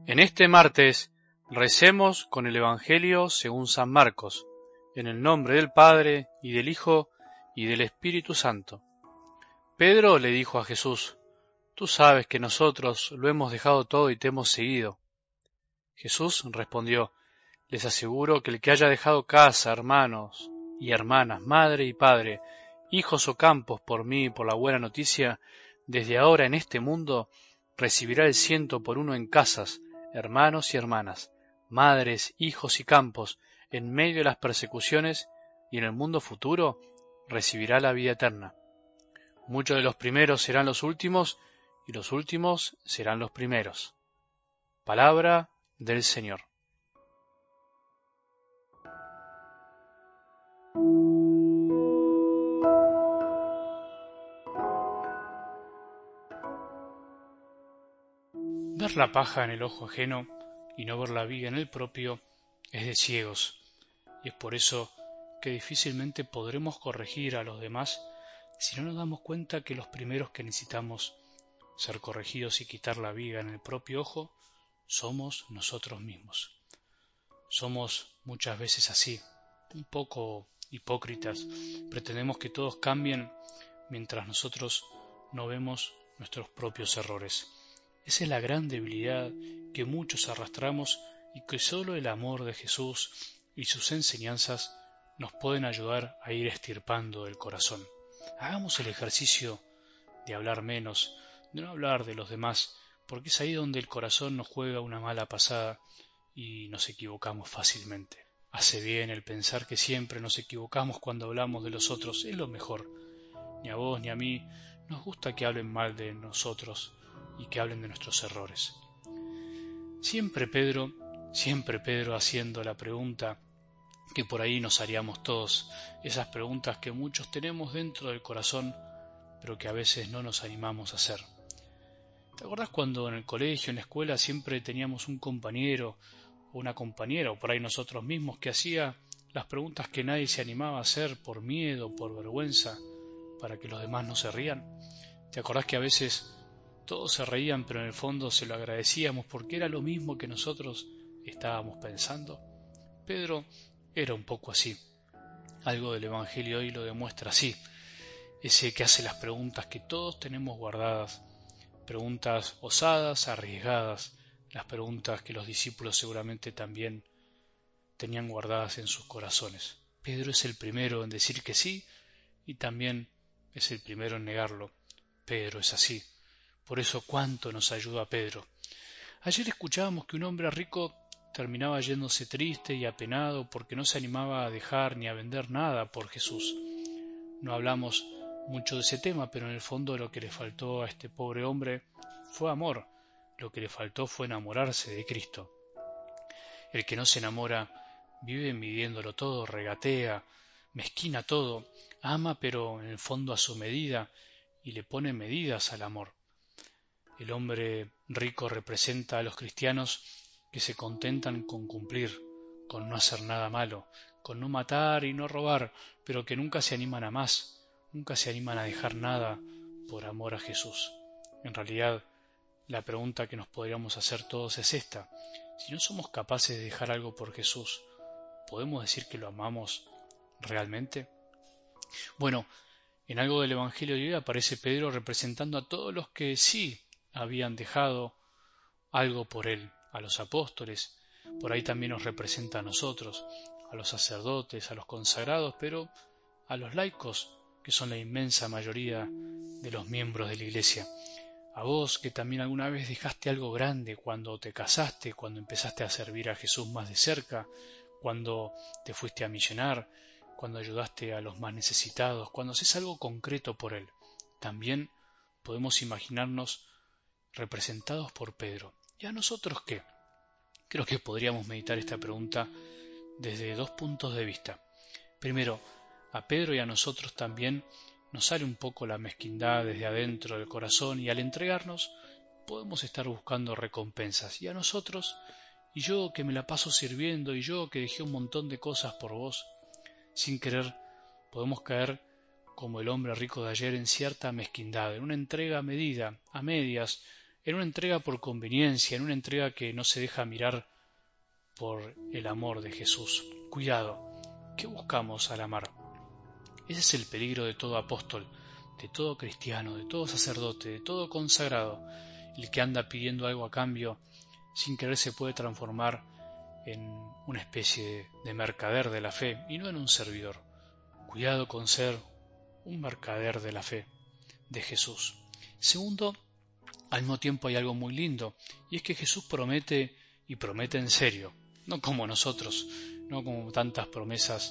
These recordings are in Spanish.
En este martes recemos con el Evangelio según San Marcos, en el nombre del Padre, y del Hijo, y del Espíritu Santo. Pedro le dijo a Jesús: «Tú sabes que nosotros lo hemos dejado todo y te hemos seguido». Jesús respondió: «Les aseguro que el que haya dejado casa, hermanos y hermanas, madre y padre, hijos o campos por mí y por la buena noticia, desde ahora en este mundo recibirá el 100 por uno en casas, hermanos y hermanas, madres, hijos y campos, en medio de las persecuciones, y en el mundo futuro recibirá la vida eterna. Muchos de los primeros serán los últimos, y los últimos serán los primeros». Palabra del Señor. Ver la paja en el ojo ajeno y no ver la viga en el propio es de ciegos, y es por eso que difícilmente podremos corregir a los demás si no nos damos cuenta que los primeros que necesitamos ser corregidos y quitar la viga en el propio ojo somos nosotros mismos. Somos muchas veces así, un poco hipócritas, pretendemos que todos cambien mientras nosotros no vemos nuestros propios errores. Esa es la gran debilidad que muchos arrastramos y que solo el amor de Jesús y sus enseñanzas nos pueden ayudar a ir extirpando del corazón. Hagamos el ejercicio de hablar menos, de no hablar de los demás, porque es ahí donde el corazón nos juega una mala pasada y nos equivocamos fácilmente. Hace bien el pensar que siempre nos equivocamos cuando hablamos de los otros, es lo mejor. Ni a vos ni a mí nos gusta que hablen mal de nosotros y que hablen de nuestros errores. Siempre Pedro haciendo la pregunta que por ahí nos haríamos todos, esas preguntas que muchos tenemos dentro del corazón, pero que a veces no nos animamos a hacer. ¿Te acordás cuando en el colegio, en la escuela, siempre teníamos un compañero o una compañera, o por ahí nosotros mismos, que hacía las preguntas que nadie se animaba a hacer por miedo, por vergüenza, para que los demás no se rían? ¿Te acordás que a veces todos se reían, pero en el fondo se lo agradecíamos porque era lo mismo que nosotros estábamos pensando? Pedro era un poco así. Algo del Evangelio hoy lo demuestra así. Ese que hace las preguntas que todos tenemos guardadas, preguntas osadas, arriesgadas, las preguntas que los discípulos seguramente también tenían guardadas en sus corazones. Pedro es el primero en decir que sí y también es el primero en negarlo. Pedro es así. Por eso cuánto nos ayuda Pedro. Ayer escuchábamos que un hombre rico terminaba yéndose triste y apenado porque no se animaba a dejar ni a vender nada por Jesús. No hablamos mucho de ese tema, pero en el fondo lo que le faltó a este pobre hombre fue amor. Lo que le faltó fue enamorarse de Cristo. El que no se enamora vive midiéndolo todo, regatea, mezquina todo, ama pero en el fondo a su medida y le pone medidas al amor. El hombre rico representa a los cristianos que se contentan con cumplir, con no hacer nada malo, con no matar y no robar, pero que nunca se animan a más, nunca se animan a dejar nada por amor a Jesús. En realidad, la pregunta que nos podríamos hacer todos es esta: si no somos capaces de dejar algo por Jesús, ¿podemos decir que lo amamos realmente? Bueno, en algo del Evangelio de hoy aparece Pedro representando a todos los que sí habían dejado algo por él, a los apóstoles. Por ahí también nos representa a nosotros, a los sacerdotes, a los consagrados, pero a los laicos, que son la inmensa mayoría de los miembros de la Iglesia. A vos que también alguna vez dejaste algo grande cuando te casaste, cuando empezaste a servir a Jesús más de cerca, cuando te fuiste a misionar, cuando ayudaste a los más necesitados, cuando haces algo concreto por Él. También podemos imaginarnos representados por Pedro. ¿Y a nosotros qué? Creo que podríamos meditar esta pregunta desde dos puntos de vista. Primero, a Pedro y a nosotros también nos sale un poco la mezquindad desde adentro del corazón y al entregarnos podemos estar buscando recompensas. Y a nosotros, y yo que me la paso sirviendo, y yo que dejé un montón de cosas por vos, sin querer podemos caer como el hombre rico de ayer en cierta mezquindad, en una entrega medida, a medias, en una entrega por conveniencia, en una entrega que no se deja mirar por el amor de Jesús. Cuidado, ¿qué buscamos al amar? Ese es el peligro de todo apóstol, de todo cristiano, de todo sacerdote, de todo consagrado. El que anda pidiendo algo a cambio, sin querer se puede transformar en una especie de mercader de la fe y no en un servidor. Cuidado con ser un mercader de la fe de Jesús. Segundo, al mismo tiempo hay algo muy lindo, y es que Jesús promete, y promete en serio, no como nosotros, no como tantas promesas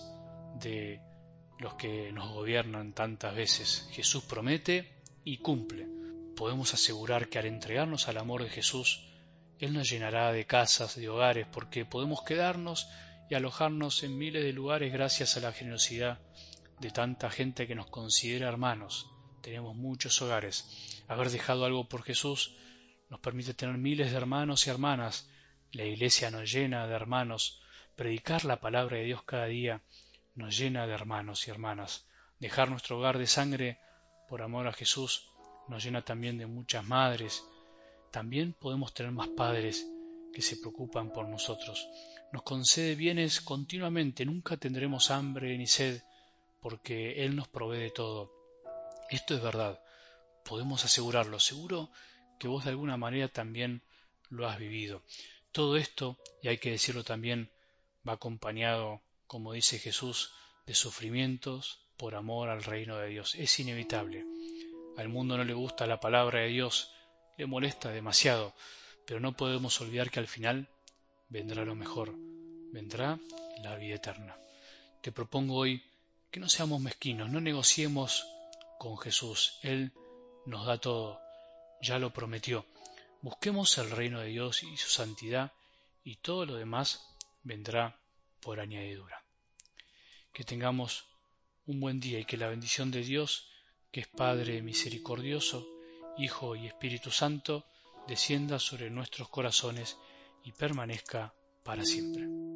de los que nos gobiernan tantas veces. Jesús promete y cumple. Podemos asegurar que al entregarnos al amor de Jesús, Él nos llenará de casas, de hogares, porque podemos quedarnos y alojarnos en miles de lugares gracias a la generosidad de tanta gente que nos considera hermanos. Tenemos muchos hogares. Haber dejado algo por Jesús nos permite tener miles de hermanos y hermanas. La Iglesia nos llena de hermanos. Predicar la palabra de Dios cada día nos llena de hermanos y hermanas. Dejar nuestro hogar de sangre por amor a Jesús nos llena también de muchas madres. También podemos tener más padres que se preocupan por nosotros. Nos concede bienes continuamente, nunca tendremos hambre ni sed, porque Él nos provee de todo. Esto es verdad, podemos asegurarlo. Seguro que vos de alguna manera también lo has vivido. Todo esto, y hay que decirlo también, va acompañado, como dice Jesús, de sufrimientos por amor al reino de Dios. Es inevitable. Al mundo no le gusta la palabra de Dios, le molesta demasiado, pero no podemos olvidar que al final vendrá lo mejor, vendrá la vida eterna. Te propongo hoy que no seamos mezquinos, no negociemos con Jesús. Él nos da todo, ya lo prometió. Busquemos el reino de Dios y su santidad, y todo lo demás vendrá por añadidura. Que tengamos un buen día y que la bendición de Dios, que es Padre misericordioso, Hijo y Espíritu Santo, descienda sobre nuestros corazones y permanezca para siempre.